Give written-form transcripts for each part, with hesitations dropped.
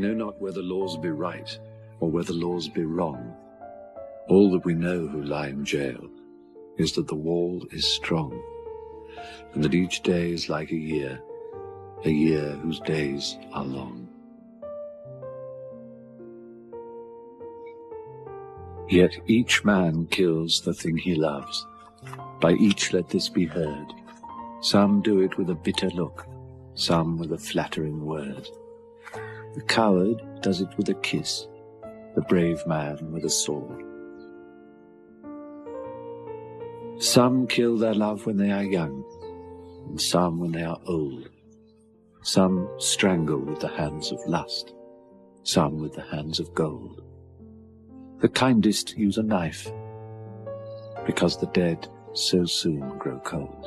know not whether laws be right, or whether laws be wrong. All that we know who lie in jail is that the wall is strong, and that each day is like a year whose days are long. Yet each man kills the thing he loves. By each let this be heard. Some do it with a bitter look, some with a flattering word. The coward does it with a kiss, the brave man with a sword. Some kill their love when they are young, and some when they are old. Some strangle with the hands of lust, some with the hands of gold. The kindest use a knife, because the dead so soon grow cold.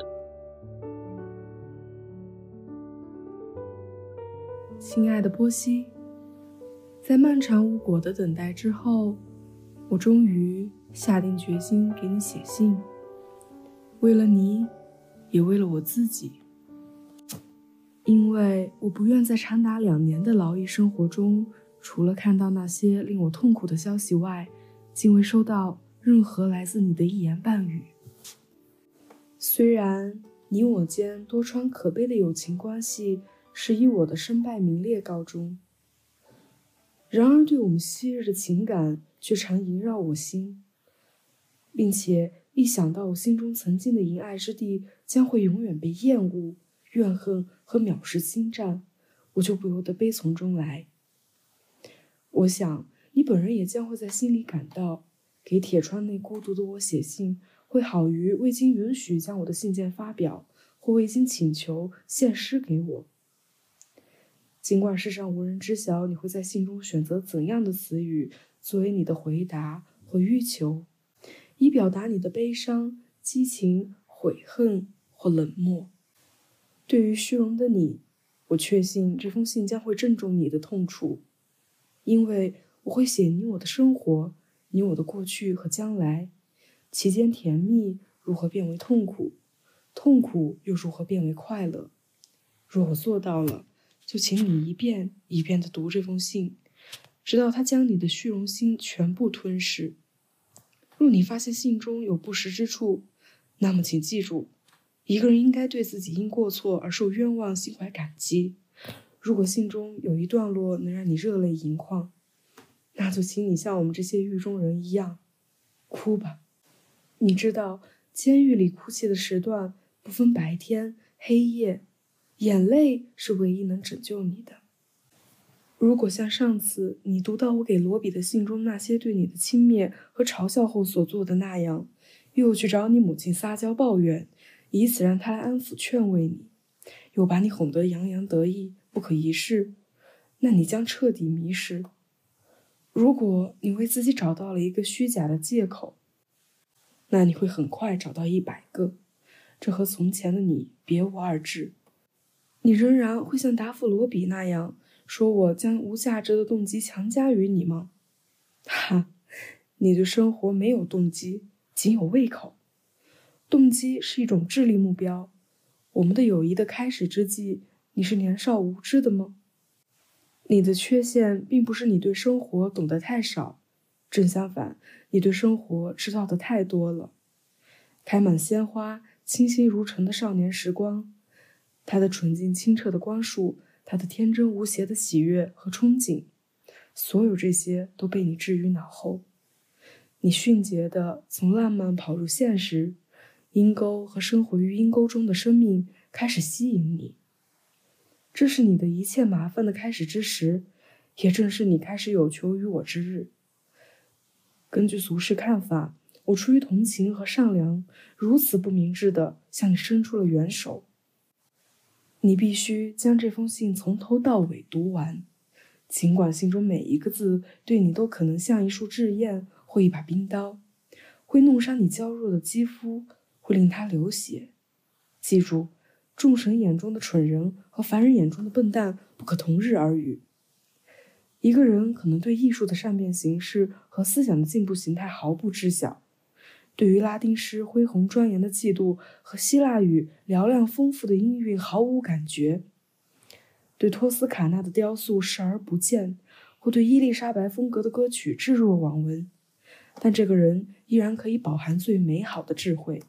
亲爱的波西，在漫长无果的等待之后，我终于下定决心给你写信，为了你，也为了我自己。因为我不愿在长达2年的劳役生活中，除了看到那些令我痛苦的消息外，竟未收到任何来自你的一言半语。虽然你我间多舛可悲的友情关系是以我的身败名裂告终，然而对我们昔日的情感却常萦绕我心，并且一想到我心中曾经的萦爱之地将会永远被厌恶、怨恨和藐视侵占，我就不由得悲从中来。我想你本人也将会在心里感到，给铁窗内孤独的我写信会好于未经允许将我的信件发表，或未经请求献诗给我。尽管世上无人知晓你会在信中选择怎样的词语作为你的回答或欲求，以表达你的悲伤、激情、悔恨或冷漠。对于虚荣的你，我确信这封信将会正中你的痛处，因为我会写你我的生活，你我的过去和将来，其间甜蜜如何变为痛苦，痛苦又如何变为快乐。若我做到了，就请你一遍一遍地读这封信，直到它将你的虚荣心全部吞噬。若你发现信中有不实之处，那么请记住，一个人应该对自己因过错而受冤枉心怀感激。如果信中有一段落能让你热泪盈眶，那就请你像我们这些狱中人一样哭吧。你知道，监狱里哭泣的时段不分白天黑夜，眼泪是唯一能拯救你的。如果像上次你读到我给罗比的信中那些对你的轻蔑和嘲笑后所做的那样，又去找你母亲撒娇抱怨，以此让她来安抚劝慰你，又把你哄得洋洋得意不可一世，那你将彻底迷失。如果你为自己找到了一个虚假的借口，那你会很快找到100个，这和从前的你别无二致。你仍然会像达芙罗比那样说我将无价值的动机强加于你吗？哈，你对生活没有动机，仅有胃口。动机是一种智力目标。我们的友谊的开始之际，你是年少无知的吗？你的缺陷并不是你对生活懂得太少，正相反，你对生活知道的太多了。开满鲜花、清新如尘的少年时光，它的纯净清澈的光束，它的天真无邪的喜悦和憧憬，所有这些都被你置于脑后。你迅捷地从浪漫跑入现实，阴沟和生活于阴沟中的生命开始吸引你。这是你的一切麻烦的开始之时，也正是你开始有求于我之日。根据俗世看法，我出于同情和善良，如此不明智地向你伸出了援手。你必须将这封信从头到尾读完，尽管信中每一个字对你都可能像一束炙焰或一把冰刀，会弄伤你娇弱的肌肤，会令它流血。记住，众神眼中的蠢人和凡人眼中的笨蛋不可同日而语。一个人可能对艺术的善变形式和思想的进步形态毫不知晓，对于拉丁诗恢宏庄严的气度和希腊语嘹亮丰富的音韵毫无感觉，对托斯卡纳的雕塑视而不见， 或对伊丽莎白风格的歌曲置若罔闻，但这个人依然可以饱含最美好的智慧。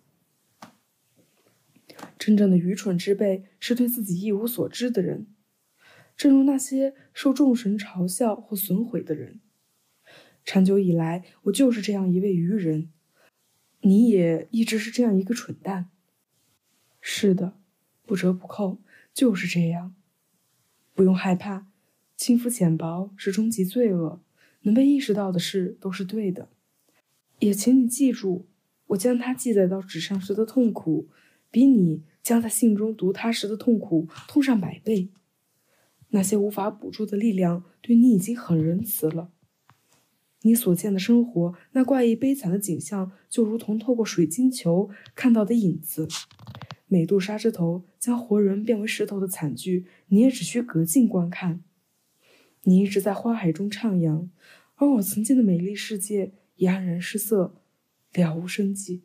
真正的愚蠢之辈是对自己一无所知的人，正如那些受众神嘲笑或损毁的人。长久以来，我就是这样一位愚人，你也一直是这样一个蠢蛋。是的，不折不扣，就是这样。不用害怕，轻浮浅薄是终极罪恶，能被意识到的事都是对的。也请你记住，我将它记载到纸上时的痛苦，比你将在信中读它时的痛苦痛上100倍。那些无法捕捉的力量对你已经很仁慈了。你所见的生活，那怪异悲惨的景象，就如同透过水晶球看到的影子。美杜莎之头将活人变为石头的惨剧，你也只需隔近观看。你一直在花海中徜徉，而我曾经的美丽世界已黯然失色，了无生机。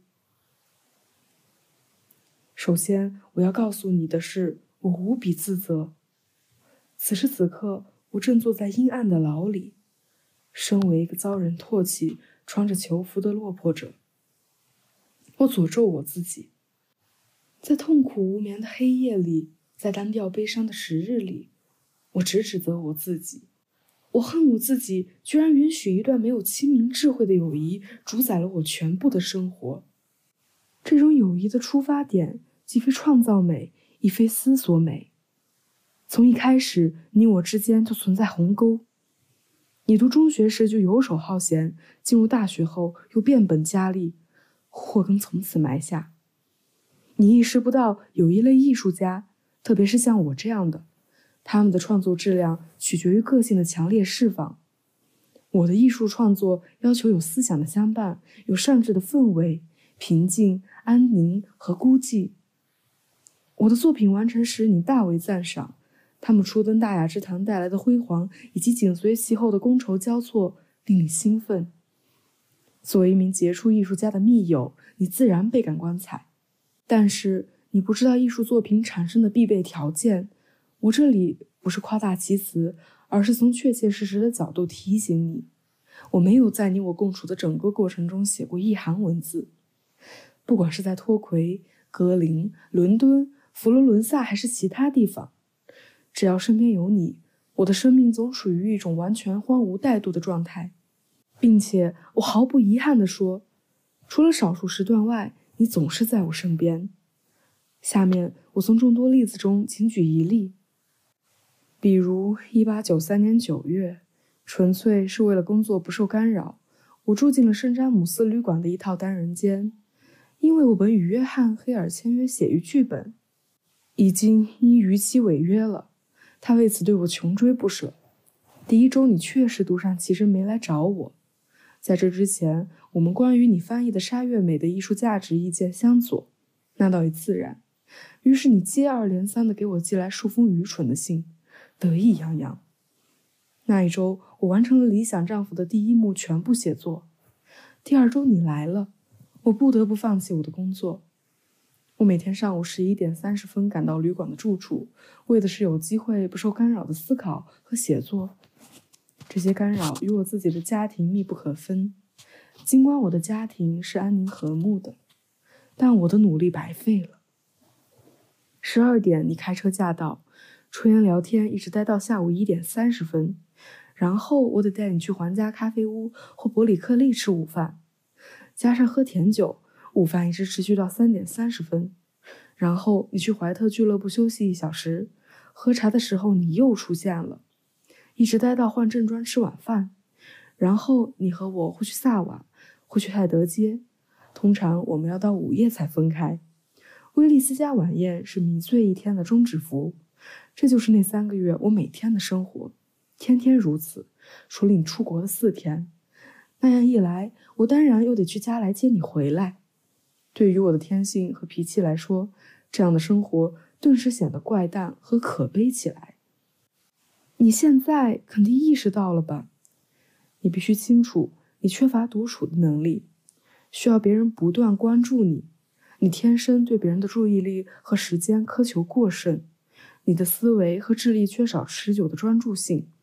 首先，我要告诉你的是，我无比自责。此时此刻，我正坐在阴暗的牢里，身为一个遭人唾弃、穿着囚服的落魄者。我诅咒我自己，在痛苦无眠的黑夜里，在单调悲伤的时日里，我只指责我自己。我恨我自己，居然允许一段没有清明智慧的友谊主宰了我全部的生活。这种友谊的出发点既非创造美，亦非思索美。从一开始，你我之间就存在鸿沟。你读中学时就游手好闲，进入大学后又变本加厉，祸根从此埋下。你意识不到有一类艺术家，特别是像我这样的，他们的创作质量取决于个性的强烈释放。我的艺术创作要求有思想的相伴，有善治的氛围，平静、安宁和孤寂。我的作品完成时，你大为赞赏，他们初登大雅之堂带来的辉煌，以及紧随其后的觥筹交错，令你兴奋。作为一名杰出艺术家的密友，你自然倍感光彩。但是你不知道艺术作品产生的必备条件。我这里不是夸大其词，而是从确切事实的角度提醒你。我没有在你我共处的整个过程中写过一行文字。不管是在托奎、格林、伦敦、佛罗伦萨还是其他地方，只要身边有你，我的生命总属于一种完全荒芜怠惰的状态。并且我毫不遗憾地说，除了少数时段外，你总是在我身边。下面我从众多例子中仅举一例。比如1893年9月，纯粹是为了工作不受干扰，我住进了圣詹姆斯旅馆的一套单人间。因为我本与约翰·黑尔签约写于剧本，已经因逾期违约了，他为此对我穷追不舍。第1周你确实独善其身没来找我。在这之前，我们关于你翻译的沙月美的艺术价值意见相左，那倒也自然。于是你接二连三地给我寄来数封愚蠢的信，得意洋洋。那1周，我完成了《理想丈夫》的第1幕全部写作。第2周你来了，我不得不放弃我的工作。我每天上午11点30分赶到旅馆的住处，为的是有机会不受干扰的思考和写作。这些干扰与我自己的家庭密不可分，尽管我的家庭是安宁和睦的，但我的努力白费了。12点你开车驾到，抽烟聊天一直待到下午1点30分，然后我得带你去皇家咖啡屋或伯里克利吃午饭，加上喝甜酒，午饭一直持续到3点30分。然后你去怀特俱乐部休息1小时，喝茶的时候你又出现了，一直待到换正装吃晚饭。然后你和我会去萨瓦，会去泰德街，通常我们要到午夜才分开。威利斯家晚宴是迷醉一天的终止符。这就是那3个月我每天的生活，天天如此，除了你出国的4天。那样一来，我当然又得去家来接你回来。对于我的天性和脾气来说，这样的生活顿时显得怪诞和可悲起来。你现在肯定意识到了吧？你必须清楚，你缺乏独处的能力，需要别人不断关注你。你天生对别人的注意力和时间苛求过甚，你的思维和智力缺少持久的专注性。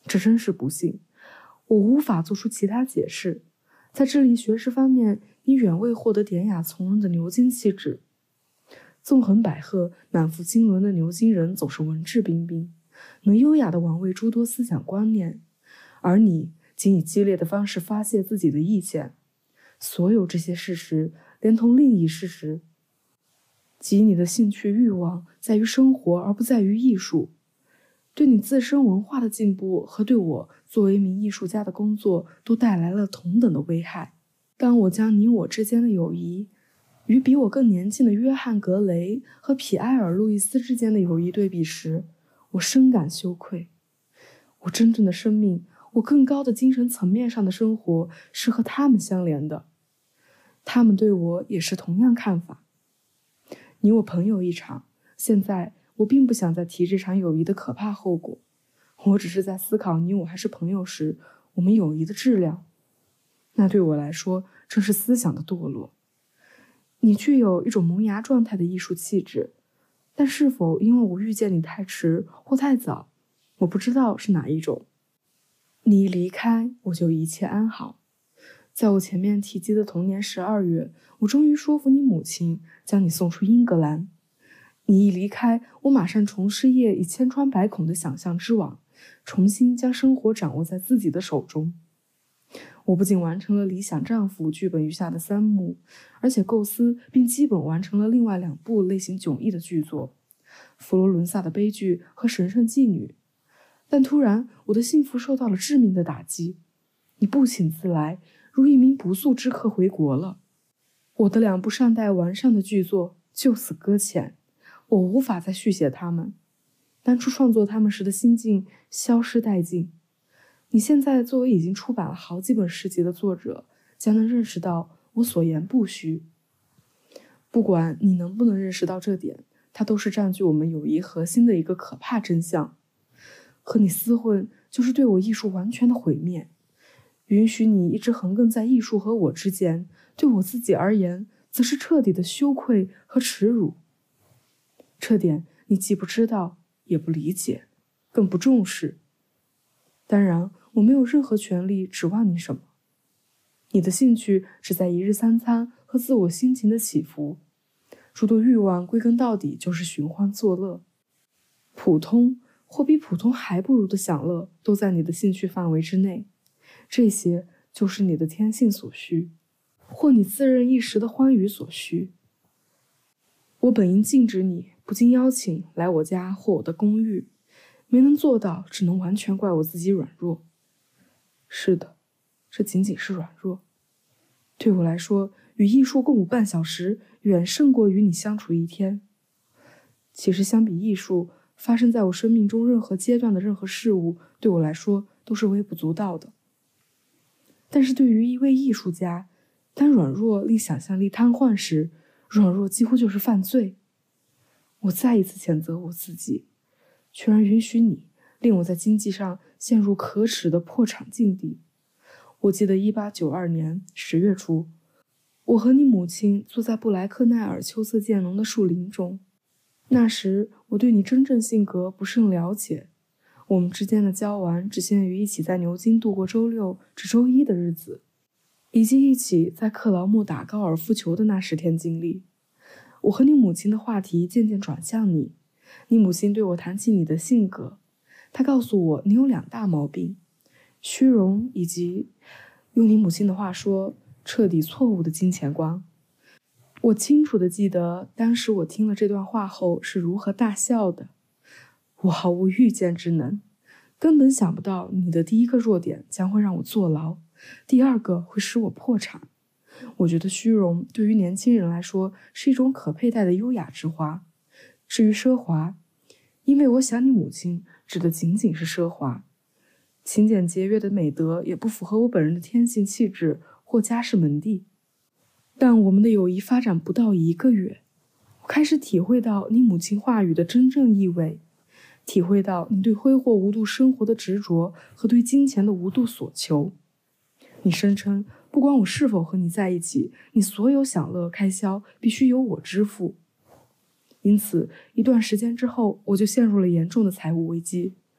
这真是不幸，我无法做出其他解释。在智力学识方面，你远未获得典雅从容的牛津气质。纵横捭阖、满腹经纶的牛津人总是文质彬彬，能优雅地玩味诸多思想观念，而你仅以激烈的方式发泄自己的意见。所有这些事实，连同另一事实，即你的兴趣欲望在于生活而不在于艺术，对你自身文化的进步和对我作为一名艺术家的工作都带来了同等的危害。当我将你我之间的友谊与比我更年轻的约翰·格雷和皮埃尔·路易斯之间的友谊对比时，我深感羞愧。我真正的生命，我更高的精神层面上的生活是和他们相连的，他们对我也是同样看法。你我朋友一场，现在我并不想再提这场友谊的可怕后果，我只是在思考你我还是朋友时，我们友谊的质量。那对我来说，正是思想的堕落。你具有一种萌芽状态的艺术气质，但是否因为我遇见你太迟或太早，我不知道是哪一种。你一离开，我就一切安好。在我前面提及的同年12月，我终于说服你母亲将你送出英格兰。你一离开，我马上重施业以千疮百孔的想象之网，重新将生活掌握在自己的手中。我不仅完成了理想丈夫剧本余下的3幕，而且构思并基本完成了另外2部类型迥异的剧作，佛罗伦萨的悲剧和神圣妓女。但突然，我的幸福受到了致命的打击。你不请自来，如一名不速之客回国了。我的2部尚待完善的剧作就此搁浅，我无法再续写它们。当初创作它们时的心境消失殆尽。你现在作为已经出版了好几本诗集的作者，将能认识到我所言不虚。不管你能不能认识到这点，它都是占据我们友谊核心的一个可怕真相。和你厮混，就是对我艺术完全的毁灭。允许你一直横亘在艺术和我之间，对我自己而言，则是彻底的羞愧和耻辱。这点你既不知道，也不理解，更不重视。当然，我没有任何权利指望你什么。你的兴趣只在一日三餐和自我心情的起伏，诸多欲望归根到底就是寻欢作乐。普通或比普通还不如的享乐都在你的兴趣范围之内，这些就是你的天性所需，或你自认一时的欢愉所需。我本应禁止你不经邀请来我家或我的公寓，没能做到，只能完全怪我自己软弱。是的，这仅仅是软弱。对我来说，与艺术共舞半小时，远胜过与你相处1天。其实相比艺术，发生在我生命中任何阶段的任何事物，对我来说都是微不足道的。但是对于一位艺术家，当软弱令想象力瘫痪时，软弱几乎就是犯罪。我再一次谴责我自己，居然允许你令我在经济上陷入可耻的破产境地。我记得1892年10月初，我和你母亲坐在布莱克奈尔秋色渐浓的树林中。那时我对你真正性格不甚了解，我们之间的交往只限于一起在牛津度过周6至周1的日子，以及一起在克劳木打高尔夫球的那10天经历。我和你母亲的话题渐渐转向你，你母亲对我谈起你的性格，她告诉我你有2大毛病：虚荣以及，用你母亲的话说，彻底错误的金钱观。我清楚地记得，当时我听了这段话后是如何大笑的。我毫无预见之能，根本想不到你的第一个弱点将会让我坐牢，第2个会使我破产。我觉得虚荣对于年轻人来说是一种可佩戴的优雅之花。至于奢华，因为我想你母亲指的仅仅是奢华。勤俭节约的美德也不符合我本人的天性气质或家世门第。但我们的友谊发展不到1个月，我开始体会到你母亲话语的真正意味，体会到你对挥霍无度生活的执着和对金钱的无度所求。你声称，不管我是否和你在一起，你所有享乐开销必须由我支付。因此，一段时间之后，我就陷入了严重的财务危机。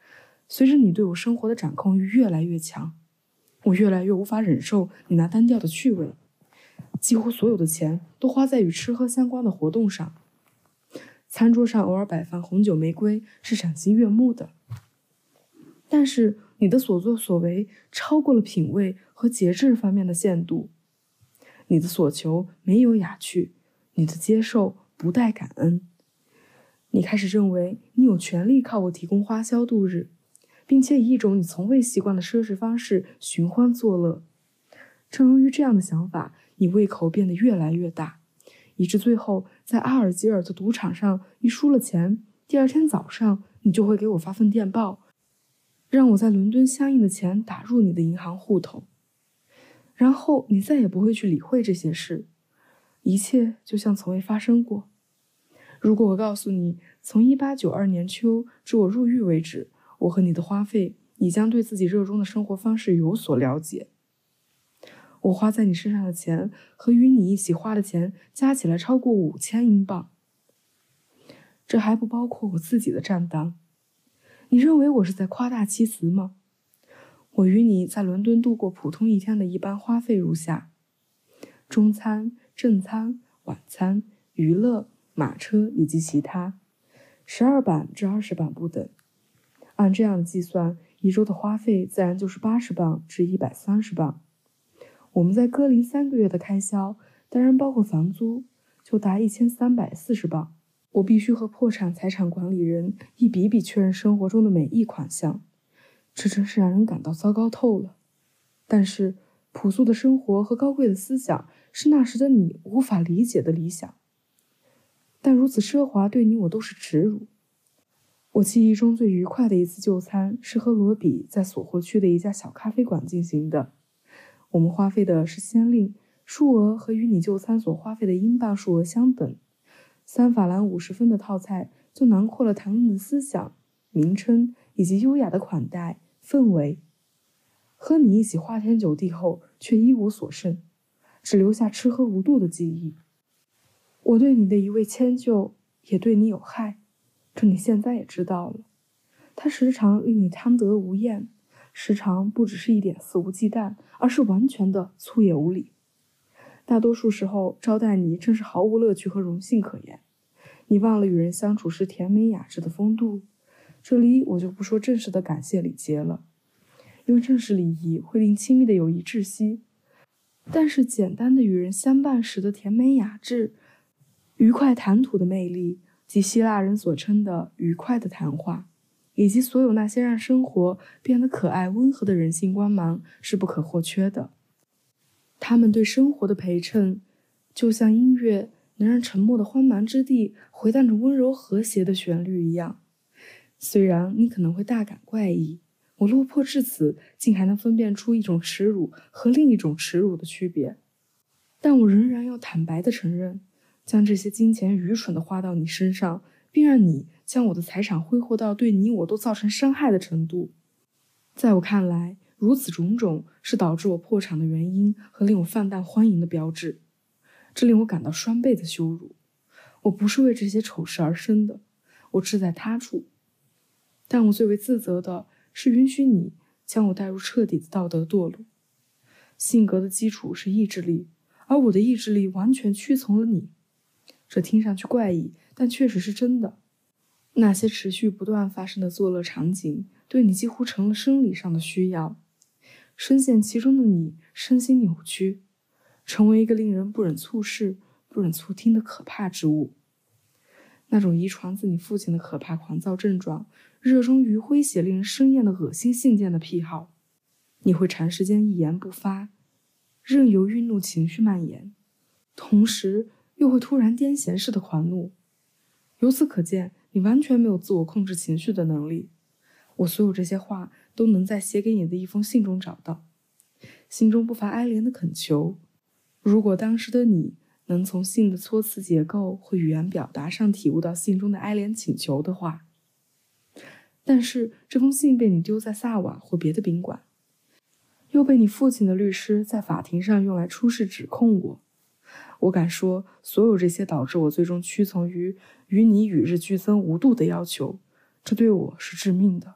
随着你对我生活的掌控欲越来越强，我越来越无法忍受你那单调的趣味，几乎所有的钱都花在与吃喝相关的活动上。餐桌上偶尔摆放红酒玫瑰是赏心悦目的，但是你的所作所为超过了品味和节制方面的限度。你的所求没有雅趣，你的接受不带感恩。你开始认为你有权利靠我提供花销度日，并且以一种你从未习惯的奢侈方式寻欢作乐。正由于这样的想法，你胃口变得越来越大，以致最后在阿尔及尔的赌场上一输了钱，第二天早上你就会给我发份电报，让我在伦敦相应的钱打入你的银行户头。然后你再也不会去理会这些事，一切就像从未发生过。如果我告诉你，从1892年秋至我入狱为止，我和你的花费，你将对自己热衷的生活方式有所了解。我花在你身上的钱和与你一起花的钱加起来超过5000英镑，这还不包括我自己的账单。你认为我是在夸大其词吗？我与你在伦敦度过普通一天的一般花费如下：中餐、正餐、晚餐、娱乐、马车以及其他，12磅至20磅不等。按这样的计算，一周的花费自然就是80磅至130磅。我们在哥林3个月的开销，当然包括房租，就达1340磅。我必须和破产财产管理人一笔笔确认生活中的每一款项，这真是让人感到糟糕透了。但是朴素的生活和高贵的思想是那时的你无法理解的理想，但如此奢华对你我都是耻辱。我记忆中最愉快的一次就餐是和罗比在索霍区的一家小咖啡馆进行的。我们花费的是先令，数额和与你就餐所花费的英镑数额相等。3法郎50分的套菜就囊括了谈论的思想、名称以及优雅的款待氛围。和你一起花天酒地后，却一无所剩，只留下吃喝无度的记忆。我对你的一味迁就也对你有害，这你现在也知道了。它时常令你贪得无厌，时常不只是一点肆无忌惮，而是完全的粗野无礼。大多数时候招待你正是毫无乐趣和荣幸可言，你忘了与人相处时甜美雅致的风度。这里我就不说正式的感谢礼节了，因为正式礼仪会令亲密的友谊窒息，但是简单的与人相伴时的甜美雅致、愉快谈吐的魅力，及希腊人所称的愉快的谈话，以及所有那些让生活变得可爱温和的人性光芒是不可或缺的。他们对生活的陪衬，就像音乐能让沉默的荒蛮之地回荡着温柔和谐的旋律一样。虽然你可能会大感怪异，我落魄至此竟还能分辨出一种耻辱和另一种耻辱的区别，但我仍然要坦白地承认，将这些金钱愚蠢地花到你身上，并让你将我的财产挥霍到对你我都造成伤害的程度，在我看来，如此种种是导致我破产的原因和令我放荡欢迎的标志，这令我感到双倍的羞辱。我不是为这些丑事而生的，我志在他处，但我最为自责的是允许你将我带入彻底的道德堕落。性格的基础是意志力，而我的意志力完全屈从了你。这听上去怪异，但确实是真的。那些持续不断发生的作乐场景，对你几乎成了生理上的需要。深陷其中的你，身心扭曲，成为一个令人不忍促视、不忍促听的可怕之物。那种遗传自你父亲的可怕狂躁症状，热衷于诙谐令人生厌的恶心信件的癖好。你会长时间一言不发，任由愠怒情绪蔓延，同时又会突然癫痫似的狂怒。由此可见，你完全没有自我控制情绪的能力。我所有这些话都能在写给你的一封信中找到，信中不乏哀怜的恳求。如果当时的你能从信的措辞结构或语言表达上体悟到信中的哀怜请求的话。但是这封信被你丢在萨瓦或别的宾馆，又被你父亲的律师在法庭上用来出示指控我。我敢说，所有这些导致我最终屈从于与你与日俱增无度的要求，这对我是致命的。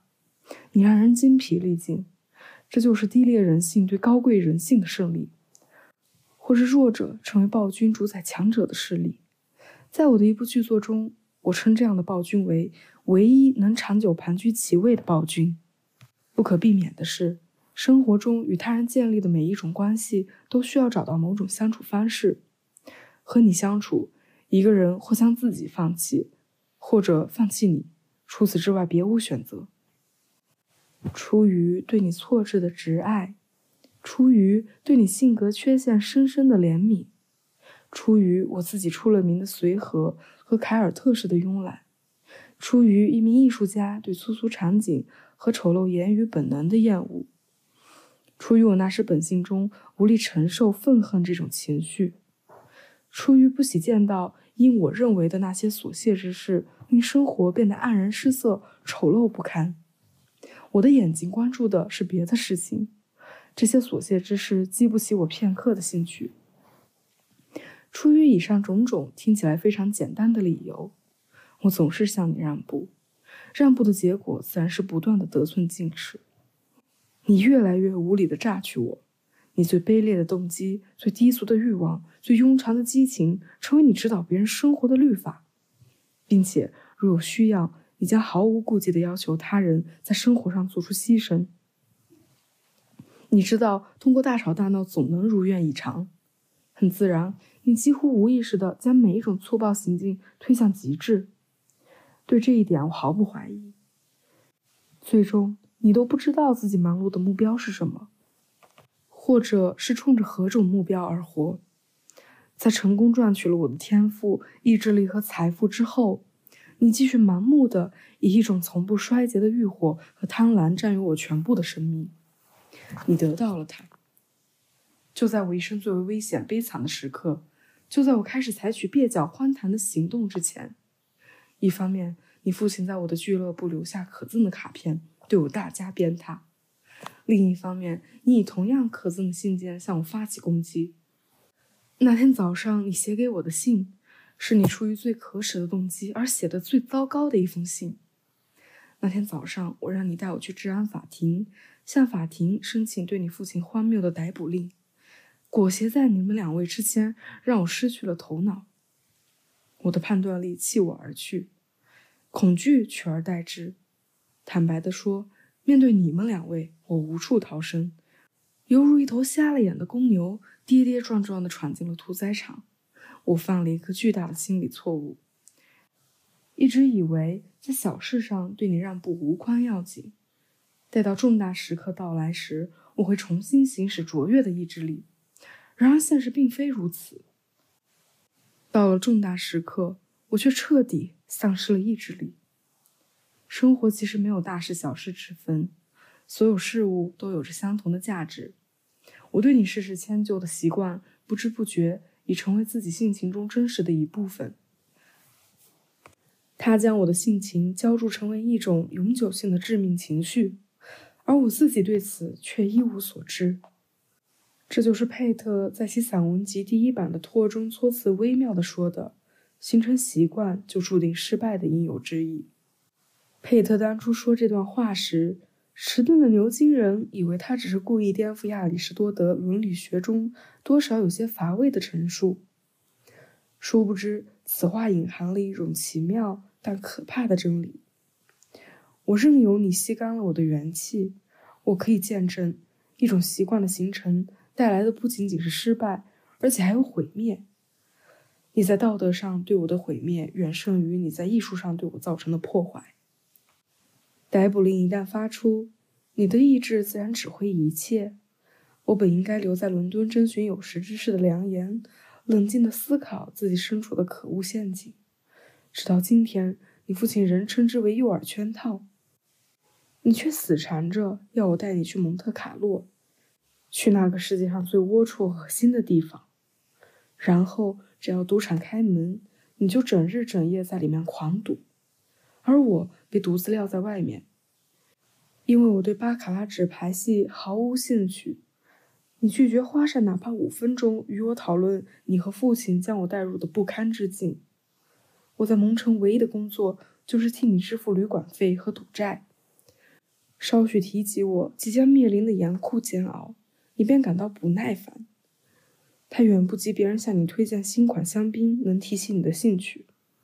你让人精疲力尽，这就是低劣人性对高贵人性的胜利，或是弱者成为暴君主宰强者的势力。在我的一部剧作中，我称这样的暴君为唯一能长久盘踞其位的暴君。不可避免的是，生活中与他人建立的每一种关系都需要找到某种相处方式。和你相处，一个人或将自己放弃，或者放弃你，除此之外别无选择。出于对你错置的挚爱，出于对你性格缺陷深深的怜悯，出于我自己出了名的随和和凯尔特式的慵懒，出于一名艺术家对粗俗场景和丑陋言语本能的厌恶，出于我那时本性中无力承受愤恨这种情绪，出于不喜见到因我认为的那些琐屑之事令生活变得黯然失色、丑陋不堪。我的眼睛关注的是别的事情，这些琐屑之事激不起我片刻的兴趣。出于以上种种听起来非常简单的理由，我总是向你让步，让步的结果自然是不断的得寸进尺。你越来越无理地榨取我，你最卑劣的动机、最低俗的欲望、最庸常的激情，成为你指导别人生活的律法，并且如有需要，你将毫无顾忌地要求他人在生活上做出牺牲。你知道，通过大吵大闹总能如愿以偿，很自然，你几乎无意识地将每一种粗暴行径推向极致。对这一点我毫不怀疑。最终，你都不知道自己忙碌的目标是什么，或者是冲着何种目标而活。在成功赚取了我的天赋、意志力和财富之后，你继续盲目地以一种从不衰竭的欲火和贪婪占有我全部的生命。你得到了它。就在我一生最为危险悲惨的时刻，就在我开始采取蹩脚荒唐的行动之前，一方面，你父亲在我的俱乐部留下可憎的卡片，对我大加鞭挞；另一方面，你以同样可憎的信件向我发起攻击。那天早上你写给我的信，是你出于最可耻的动机而写的最糟糕的一封信。那天早上，我让你带我去治安法庭，向法庭申请对你父亲荒谬的逮捕令，裹挟在你们两位之间，让我失去了头脑。我的判断力弃我而去，恐惧取而代之。坦白地说，面对你们两位，我无处逃生，犹如一头瞎了眼的公牛，跌跌撞撞地闯进了屠宰场。我犯了一个巨大的心理错误，一直以为在小事上对你让步无关要紧，待到重大时刻到来时，我会重新行使卓越的意志力。然而现实并非如此，到了重大时刻，我却彻底丧失了意志力。生活其实没有大事小事之分，所有事物都有着相同的价值。我对你事事迁就的习惯，不知不觉已成为自己性情中真实的一部分。它将我的性情浇筑成为一种永久性的致命情绪，而我自己对此却一无所知。这就是佩特在其散文集第1版的托中措辞微妙地说的，形成习惯就注定失败的应有之意。佩特当初说这段话时，迟钝的牛津人以为他只是故意颠覆亚里士多德伦理学中多少有些乏味的陈述，殊不知此话隐含了一种奇妙但可怕的真理。我任由你吸干了我的元气，我可以见证一种习惯的形成带来的不仅仅是失败，而且还有毁灭。你在道德上对我的毁灭远胜于你在艺术上对我造成的破坏。逮捕令一旦发出，你的意志自然指挥一切。我本应该留在伦敦征询有识之士的良言，冷静地思考自己身处的可恶陷阱。直到今天，你父亲仍称之为诱饵圈套，你却死缠着要我带你去蒙特卡洛，去那个世界上最龌龊恶心的地方。然后只要赌场开门，你就整日整夜在里面狂赌，而我被独自撂在外面，因为我对巴卡拉纸牌戏毫无兴趣。你拒绝花上哪怕5分钟与我讨论你和父亲将我带入的不堪之境。我在蒙城唯一的工作就是替你支付旅馆费和赌债。 稍许提及我即将面临的严酷煎熬，你便感到不耐烦。它远不及别人向你推荐新款香槟能提起你的兴趣。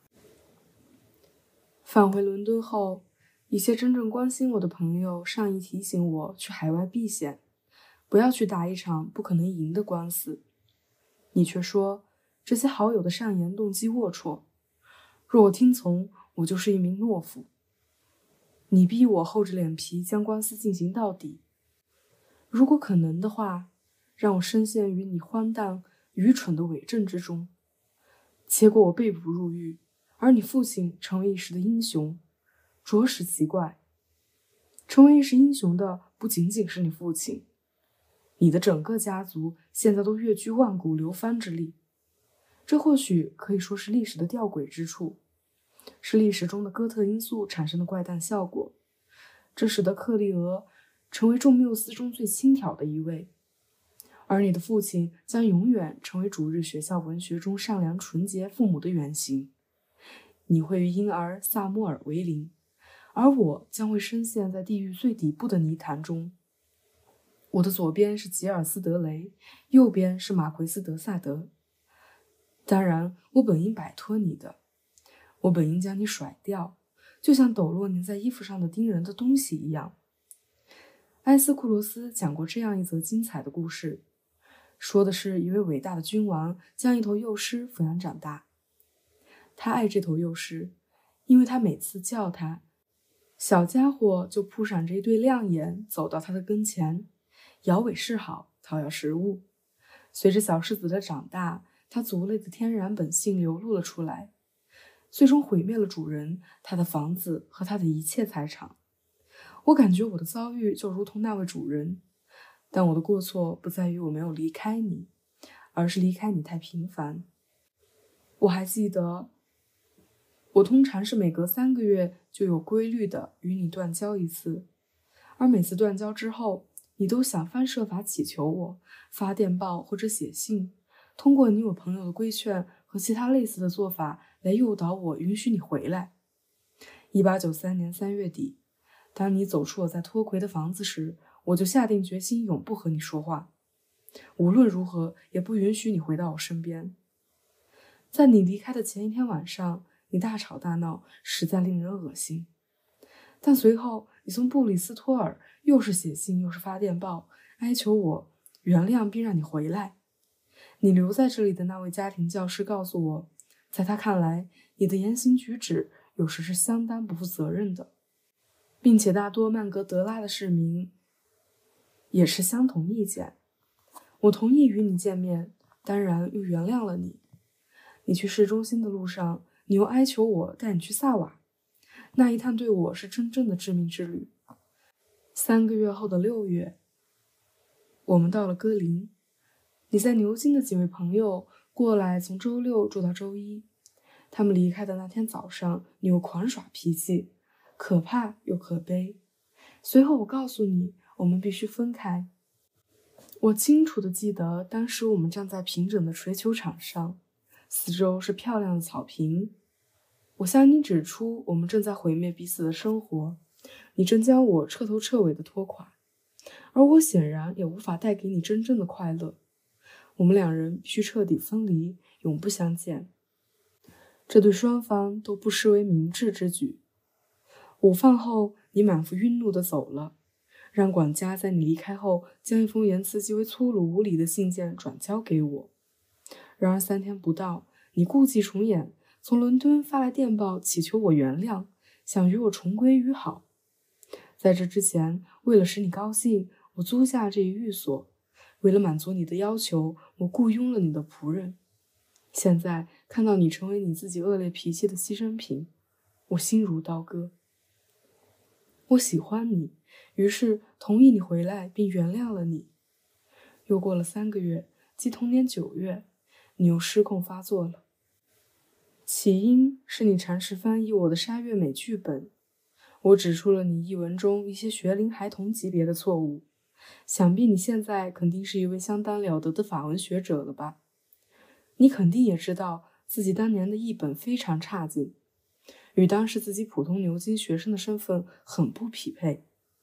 返回伦敦后，一些真正关心我的朋友善意提醒我去海外避险，不要去打一场不可能赢的官司。你却说这些好友的善言动机龌龊，若我听从，我就是一名懦夫。你逼我厚着脸皮将官司进行到底，如果可能的话，让我深陷于你荒诞愚蠢的伪证之中，结果我被捕入狱，而你父亲成为一时的英雄，着实奇怪。成为一时英雄的不仅仅是你父亲，你的整个家族现在都跃居万古流芳之力。这或许可以说是历史的吊诡之处，是历史中的哥特因素产生的怪诞效果，这使得克利俄成为众缪斯中最轻佻的一位，而你的父亲将永远成为主日学校文学中善良纯洁父母的原型。你会与婴儿萨穆尔为邻，而我将会深陷在地狱最底部的泥潭中。我的左边是吉尔斯德雷，右边是马奎斯德萨德。当然，我本应摆脱你的，我本应将你甩掉，就像抖落粘在衣服上的叮人的东西一样。埃斯库罗斯讲过这样一则精彩的故事，说的是一位伟大的君王将一头幼狮抚养长大。他爱这头幼狮，因为他每次叫它，小家伙就扑闪着一对亮眼走到他的跟前，摇尾示好，讨要食物。随着小狮子的长大，他族类的天然本性流露了出来，最终毁灭了主人、他的房子和他的一切财产。我感觉我的遭遇就如同那位主人，但我的过错不在于我没有离开你，而是离开你太频繁。我还记得，我通常是每隔3个月就有规律的与你断交一次，而每次断交之后，你都想方设法祈求我发电报或者写信，通过你我朋友的规劝和其他类似的做法来诱导我允许你回来。1893年3月底，当你走出我在托奎的房子时，我就下定决心永不和你说话，无论如何也不允许你回到我身边。在你离开的前一天晚上，你大吵大闹，实在令人恶心。但随后你从布里斯托尔又是写信又是发电报，哀求我原谅并让你回来。你留在这里的那位家庭教师告诉我，在他看来，你的言行举止有时是相当不负责任的，并且大多曼格德拉的市民也是相同意见。我同意与你见面，当然又原谅了你。你去市中心的路上，你又哀求我带你去萨瓦，那一趟对我是真正的致命之旅。3个月后的6月，我们到了哥林。你在牛津的几位朋友过来，从周6住到周1。他们离开的那天早上，你又狂耍脾气，可怕又可悲。随后我告诉你，我们必须分开。我清楚地记得，当时我们站在平整的锤球场上，四周是漂亮的草坪。我向你指出，我们正在毁灭彼此的生活，你正将我彻头彻尾地拖垮，而我显然也无法带给你真正的快乐。我们两人必须彻底分离，永不相见。这对双方都不失为明智之举。午饭后，你满腹愠怒地走了，让管家在你离开后将一封言辞极为粗鲁无礼的信件转交给我。然而3天不到，你故伎重演，从伦敦发来电报祈求我原谅，想与我重归于好。在这之前，为了使你高兴，我租下这一寓所，为了满足你的要求，我雇佣了你的仆人。现在看到你成为你自己恶劣脾气的牺牲品，我心如刀割。我喜欢你，于是同意你回来并原谅了你。又过了3个月，即同年9月，你又失控发作了。起因是你尝试翻译我的沙月美剧本，我指出了你译文中一些学龄孩童级别的错误。想必你现在肯定是一位相当了得的法文学者了吧？你肯定也知道自己当年的译本非常差劲，与当时自己普通牛津学生的身份很不匹配。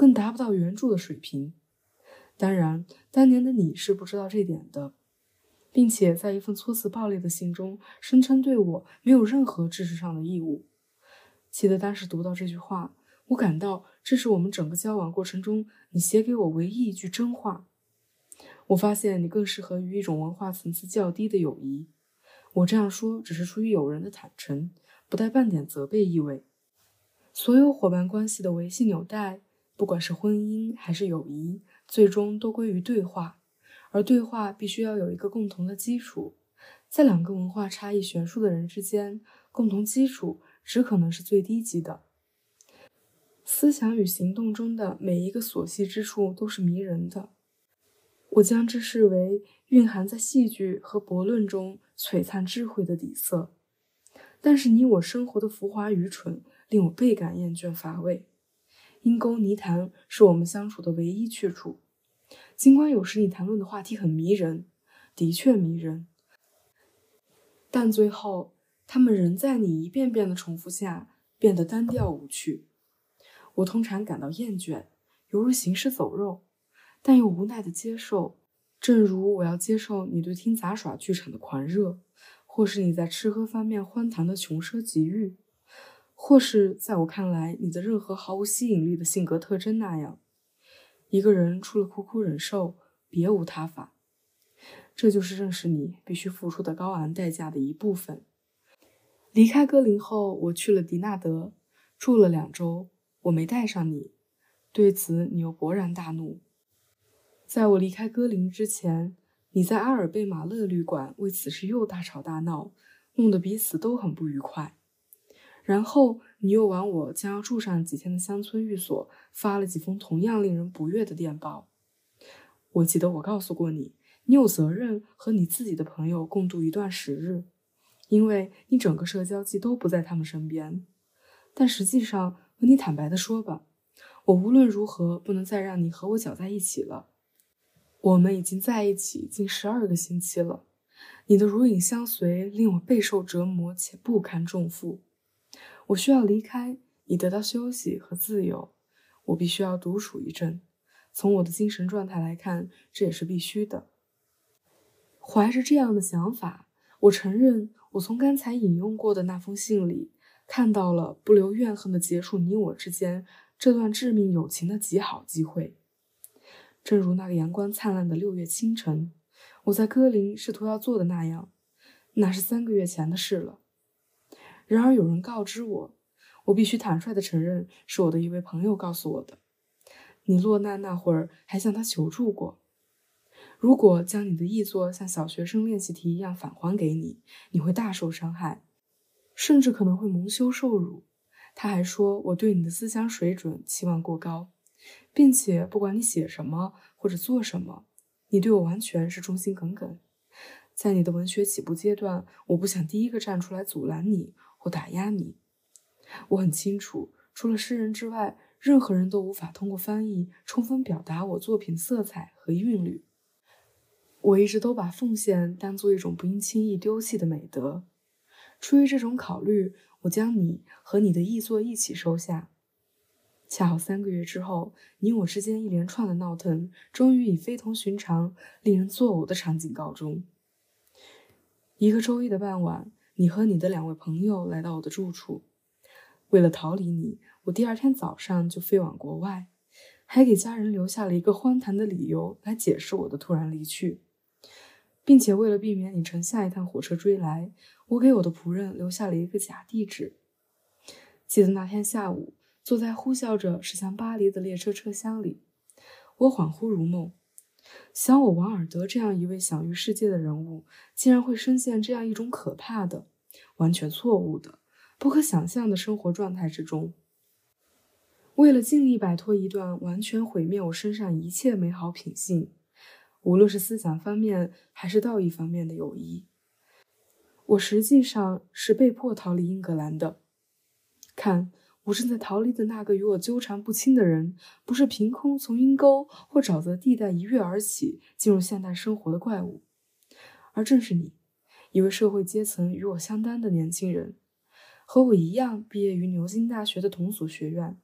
更达不到原著的水平。当然，当年的你是不知道这点的，并且在一份措辞暴烈的信中声称对我没有任何知识上的义务。记得当时读到这句话，我感到这是我们整个交往过程中你写给我唯一一句真话。我发现你更适合于一种文化层次较低的友谊。我这样说只是出于友人的坦诚，不带半点责备意味。所有伙伴关系的维系纽带，不管是婚姻还是友谊，最终都归于对话，而对话必须要有一个共同的基础。在两个文化差异悬殊的人之间，共同基础只可能是最低级的。思想与行动中的每一个琐细之处都是迷人的，我将之视为蕴含在戏剧和悖论中璀璨智慧的底色。但是你我生活的浮华愚蠢令我倍感厌倦乏味。阴沟泥潭是我们相处的唯一去处，尽管有时你谈论的话题很迷人，的确迷人，但最后他们仍在你一遍遍的重复下变得单调无趣。我通常感到厌倦，犹如行尸走肉，但又无奈地接受，正如我要接受你对听杂耍剧场的狂热，或是你在吃喝方面荒唐的穷奢极欲，或是在我看来你的任何毫无吸引力的性格特征那样。一个人除了苦苦忍受，别无他法。这就是认识你必须付出的高昂代价的一部分。离开哥林后，我去了迪纳德，住了2周，我没带上你。对此你又勃然大怒。在我离开哥林之前，你在阿尔贝马勒旅馆为此事又大吵大闹，弄得彼此都很不愉快。然后你又往我将要住上几天的乡村寓所发了几封同样令人不悦的电报。我记得我告诉过你，你有责任和你自己的朋友共度一段时日，因为你整个社交季都不在他们身边。但实际上，和你坦白地说吧，我无论如何不能再让你和我搅在一起了。我们已经在一起近12个星期了，你的如影相随令我备受折磨且不堪重负。我需要离开，你得到休息和自由。我必须要独处一阵，从我的精神状态来看，这也是必须的。怀着这样的想法，我承认我从刚才引用过的那封信里看到了不留怨恨地结束你我之间这段致命友情的极好机会。正如那个阳光灿烂的6月清晨，我在哥林试图要做的那样，那是3个月前的事了。然而有人告知我，我必须坦率地承认，是我的一位朋友告诉我的。你落难那会儿还向他求助过。如果将你的译作像小学生练习题一样返还给你，你会大受伤害，甚至可能会蒙羞受辱。他还说我对你的思想水准期望过高，并且不管你写什么或者做什么，你对我完全是忠心耿耿。在你的文学起步阶段，我不想第一个站出来阻拦你或打压你。我很清楚，除了诗人之外，任何人都无法通过翻译充分表达我作品色彩和韵律。我一直都把奉献当作一种不应轻易丢弃的美德。出于这种考虑，我将你和你的译作一起收下。恰好3个月之后，你我之间一连串的闹腾，终于以非同寻常、令人作呕的场景告终。一个周一的傍晚，你和你的2位朋友来到我的住处。为了逃离你，我第2天早上就飞往国外，还给家人留下了一个荒唐的理由来解释我的突然离去，并且为了避免你乘下一趟火车追来，我给我的仆人留下了一个假地址。记得那天下午，坐在呼啸着驶向巴黎的列车车厢里，我恍惚如梦，想我王尔德这样一位享誉世界的人物，竟然会深陷这样一种可怕的、完全错误的、不可想象的生活状态之中。为了尽力摆脱一段完全毁灭我身上一切美好品性，无论是思想方面还是道义方面的友谊，我实际上是被迫逃离英格兰的。看，我正在逃离的那个与我纠缠不清的人，不是凭空从阴沟或沼泽地带一跃而起进入现代生活的怪物，而正是你，一位社会阶层与我相当的年轻人，和我一样毕业于牛津大学的同属学院，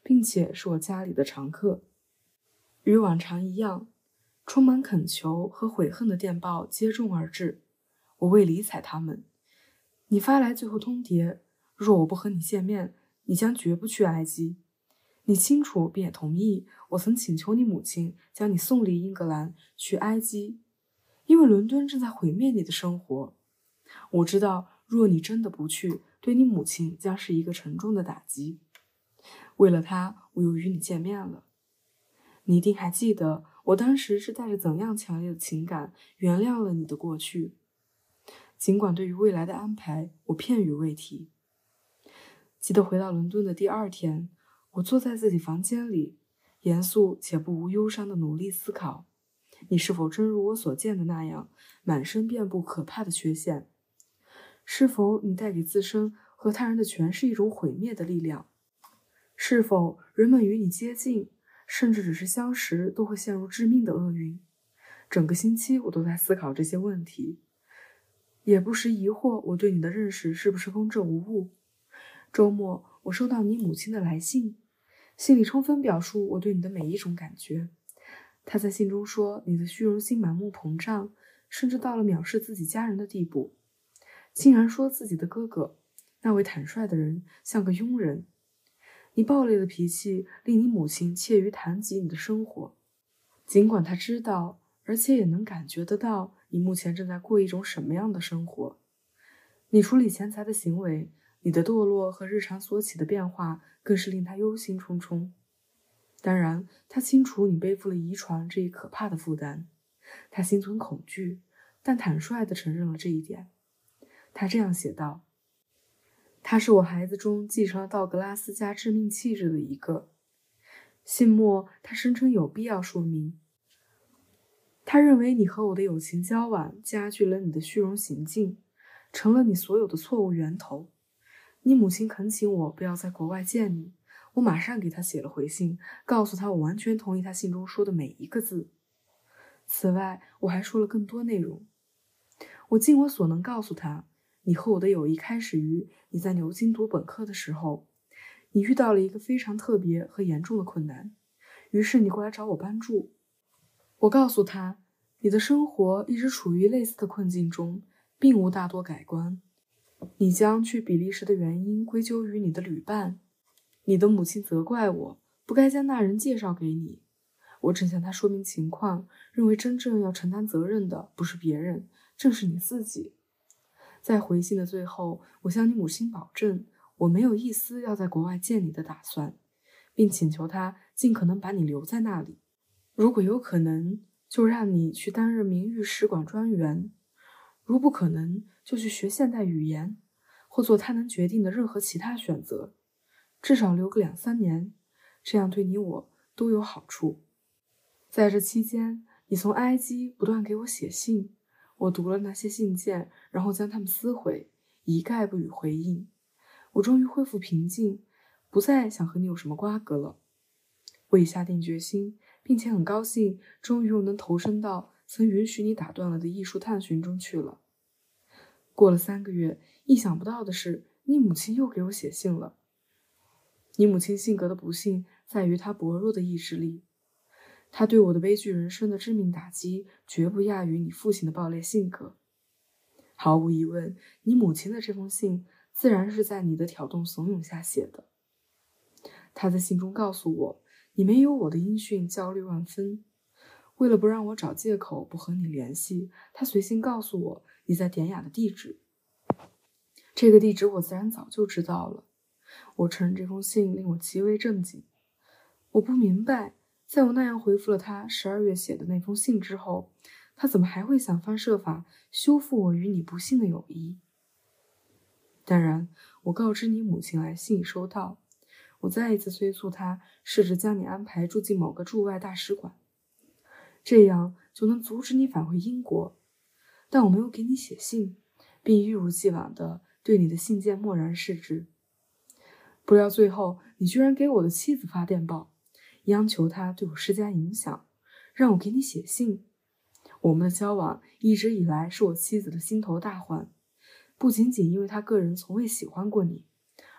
并且是我家里的常客。与往常一样，充满恳求和悔恨的电报接踵而至，我未理睬他们。你发来最后通牒，若我不和你见面，你将绝不去埃及。你清楚并也同意，我曾请求你母亲将你送离英格兰去埃及，因为伦敦正在毁灭你的生活。我知道，若你真的不去，对你母亲将是一个沉重的打击。为了她，我又与你见面了。你一定还记得，我当时是带着怎样强烈的情感原谅了你的过去。尽管对于未来的安排，我片语未提。记得回到伦敦的第2天，我坐在自己房间里，严肃且不无忧伤地努力思考，你是否真如我所见的那样，满身遍布可怕的缺陷？是否你带给自身和他人的全是一种毁灭的力量？是否人们与你接近，甚至只是相识，都会陷入致命的厄运？整个星期我都在思考这些问题，也不时疑惑我对你的认识是不是公正无误。周末我收到你母亲的来信，信里充分表述我对你的每一种感觉。她在信中说，你的虚荣心满目膨胀，甚至到了藐视自己家人的地步，竟然说自己的哥哥，那位坦率的人，像个庸人。你暴烈的脾气令你母亲怯于谈及你的生活，尽管她知道，而且也能感觉得到你目前正在过一种什么样的生活。你处理钱财的行为，你的堕落和日常所起的变化，更是令她忧心忡忡。当然，她清楚你背负了遗传这一可怕的负担，她心存恐惧，但坦率地承认了这一点。她这样写道：他是我孩子中继承了道格拉斯家致命气质的一个。信末，他声称有必要说明，他认为你和我的友情交往加剧了你的虚荣行径，成了你所有的错误源头。你母亲恳请我不要在国外见你，我马上给他写了回信，告诉他我完全同意他信中说的每一个字。此外，我还说了更多内容。我尽我所能告诉他，你和我的友谊开始于你在牛津读本科的时候，你遇到了一个非常特别和严重的困难，于是你过来找我帮助。我告诉他，你的生活一直处于类似的困境中，并无大多改观。你将去比利时的原因归咎于你的旅伴，你的母亲责怪我不该将那人介绍给你。我正向他说明情况，认为真正要承担责任的不是别人，正是你自己。在回信的最后，我向你母亲保证，我没有一丝要在国外见你的打算，并请求她尽可能把你留在那里。如果有可能，就让你去担任名誉使馆专员；如不可能，就去学现代语言，或做他能决定的任何其他选择。至少留个2-3年，这样对你我都有好处。在这期间，你从埃及不断给我写信，我读了那些信件，然后将它们撕毁，一概不予回应。我终于恢复平静，不再想和你有什么瓜葛了。我已下定决心，并且很高兴，终于又能投身到曾允许你打断了的艺术探寻中去了。过了3个月，意想不到的是，你母亲又给我写信了。你母亲性格的不幸在于她薄弱的意志力，她对我的悲剧人生的致命打击绝不亚于你父亲的暴烈性格。毫无疑问，你母亲的这封信自然是在你的挑动怂恿下写的。她在信中告诉我，你没有我的音讯焦虑万分。为了不让我找借口不和你联系，她随信告诉我你在典雅的地址。这个地址我自然早就知道了。我承认这封信令我极为震惊。我不明白，在我那样回复了他12月写的那封信之后，他怎么还会想方设法修复我与你不幸的友谊？当然，我告知你母亲来信已收到。我再一次催促他试着将你安排住进某个驻外大使馆，这样就能阻止你返回英国。但我没有给你写信，并一如既往地对你的信件漠然视之。不料最后，你居然给我的妻子发电报，央求她对我施加影响，让我给你写信。我们的交往一直以来是我妻子的心头大患，不仅仅因为她个人从未喜欢过你，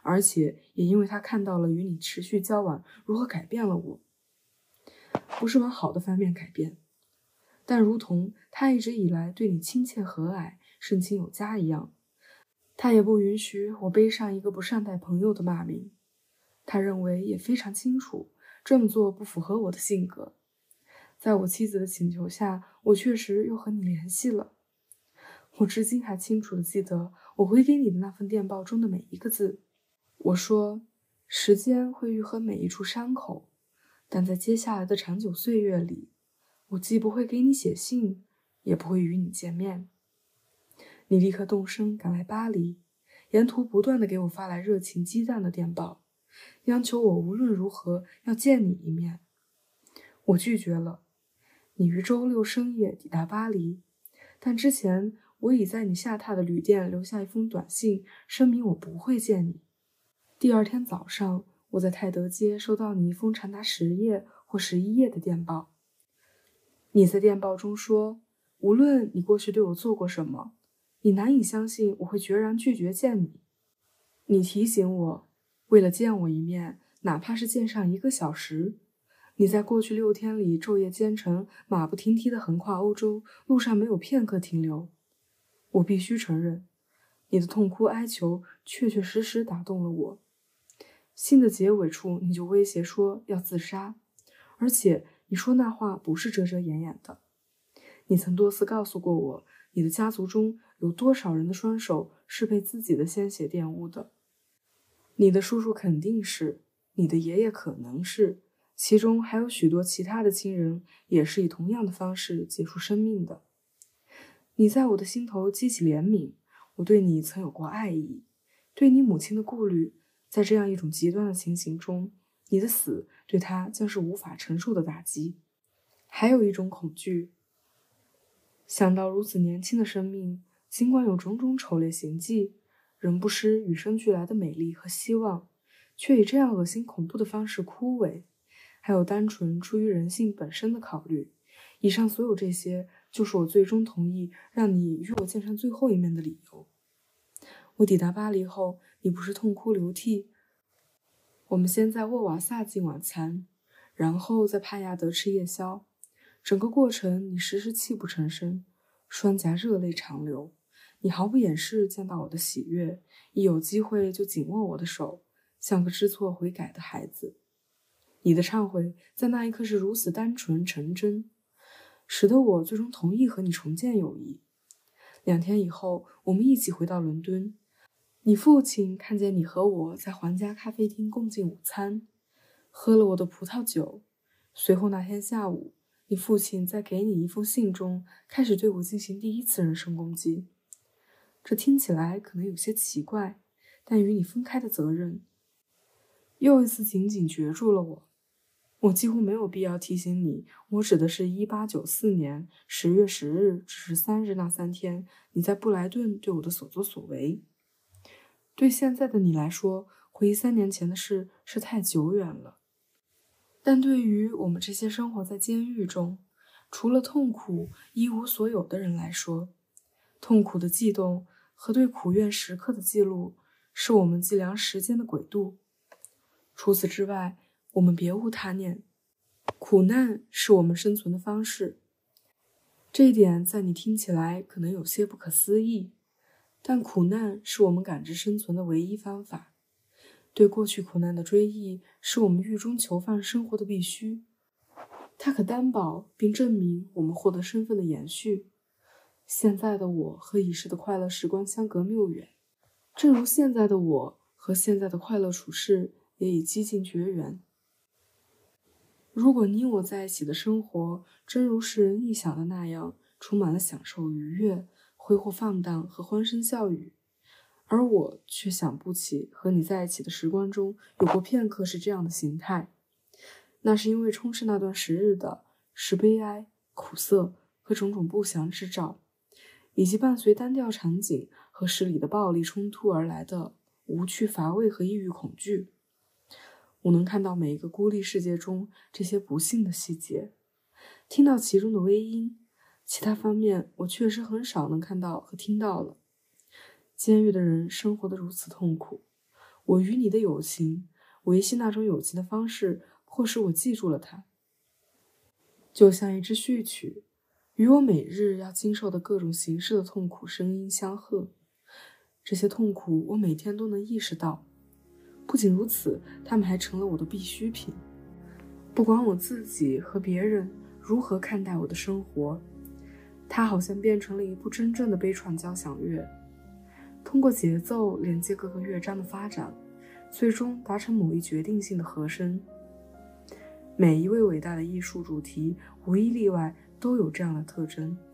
而且也因为他看到了与你持续交往如何改变了我，不是往好的方面改变，但如同他一直以来对你亲切和蔼、盛情有加一样，他也不允许我背上一个不善待朋友的骂名。他认为也非常清楚，这么做不符合我的性格。在我妻子的请求下，我确实又和你联系了。我至今还清楚地记得我回给你的那份电报中的每一个字。我说，时间会愈合每一处伤口，但在接下来的长久岁月里，我既不会给你写信，也不会与你见面。你立刻动身赶来巴黎，沿途不断地给我发来热情激荡的电报，央求我无论如何要见你一面。我拒绝了。你于周六深夜抵达巴黎，但之前我已在你下榻的旅店留下一封短信，声明我不会见你。第二天早上，我在泰德街收到你一封长达10页或11页的电报。你在电报中说，无论你过去对我做过什么，你难以相信我会决然拒绝见你。你提醒我，为了见我一面，哪怕是见上1个小时，你在过去6天里昼夜兼程，马不停蹄地横跨欧洲，路上没有片刻停留。我必须承认，你的痛哭哀求确确实实打动了我。信的结尾处，你就威胁说要自杀，而且你说那话不是遮遮掩掩的。你曾多次告诉过我，你的家族中有多少人的双手是被自己的鲜血玷污的。你的叔叔肯定是，你的爷爷可能是，其中还有许多其他的亲人也是以同样的方式结束生命的。你在我的心头激起怜悯，我对你曾有过爱意，对你母亲的顾虑，在这样一种极端的情形中，你的死对她将是无法承受的打击。还有一种恐惧，想到如此年轻的生命，尽管有种种丑劣行迹，仍不失与生俱来的美丽和希望，却以这样恶心恐怖的方式枯萎。还有单纯出于人性本身的考虑。以上所有这些，就是我最终同意让你与我见上最后一面的理由。我抵达巴黎后，你不是痛哭流涕。我们先在沃瓦萨进晚餐，然后在帕亚德吃夜宵。整个过程你时时泣不成声，双颊热泪长流。你毫不掩饰见到我的喜悦，一有机会就紧握我的手，像个知错悔改的孩子。你的忏悔在那一刻是如此单纯纯真，使得我最终同意和你重建友谊。2天以后，我们一起回到伦敦。你父亲看见你和我在皇家咖啡厅共进午餐，喝了我的葡萄酒。随后那天下午，你父亲在给你一封信中开始对我进行第1次人身攻击。这听起来可能有些奇怪，但与你分开的责任又一次紧紧攫住了我。我几乎没有必要提醒你，我指的是1894年10月10日至13日那3天，你在布莱顿对我的所作所为。对现在的你来说，回忆3年前的事是太久远了。但对于我们这些生活在监狱中，除了痛苦一无所有的人来说，痛苦的悸动和对苦怨时刻的记录，是我们计量时间的轨度。除此之外，我们别无他念，苦难是我们生存的方式。这一点在你听起来可能有些不可思议，但苦难是我们感知生存的唯一方法。对过去苦难的追忆，是我们狱中囚犯生活的必须。它可担保并证明我们获得身份的延续。现在的我和已逝的快乐时光相隔谬远，正如现在的我和现在的快乐处事也已几近绝缘。如果你我在一起的生活真如世人臆想的那样，充满了享受、愉悦、挥霍放荡和欢声笑语，而我却想不起和你在一起的时光中有过片刻是这样的形态，那是因为充斥那段时日的是悲哀、苦涩和种种不祥之兆，以及伴随单调场景和诗里的暴力冲突而来的无趣乏味和抑郁恐惧。我能看到每一个孤立世界中这些不幸的细节，听到其中的微音，其他方面我确实很少能看到和听到了。监狱的人生活得如此痛苦， 我与你的友情，维系那种友情的方式，迫使我记住了它。就像一支序曲，与我每日要经受的各种形式的痛苦声音相和。这些痛苦我每天都能意识到，不仅如此，它们还成了我的必需品。不管我自己和别人如何看待我的生活，它好像变成了一部真正的悲怆交响乐，通过节奏连接各个乐章的发展，最终达成某一决定性的和声。每一位伟大的艺术主题无一例外都有这样的特征。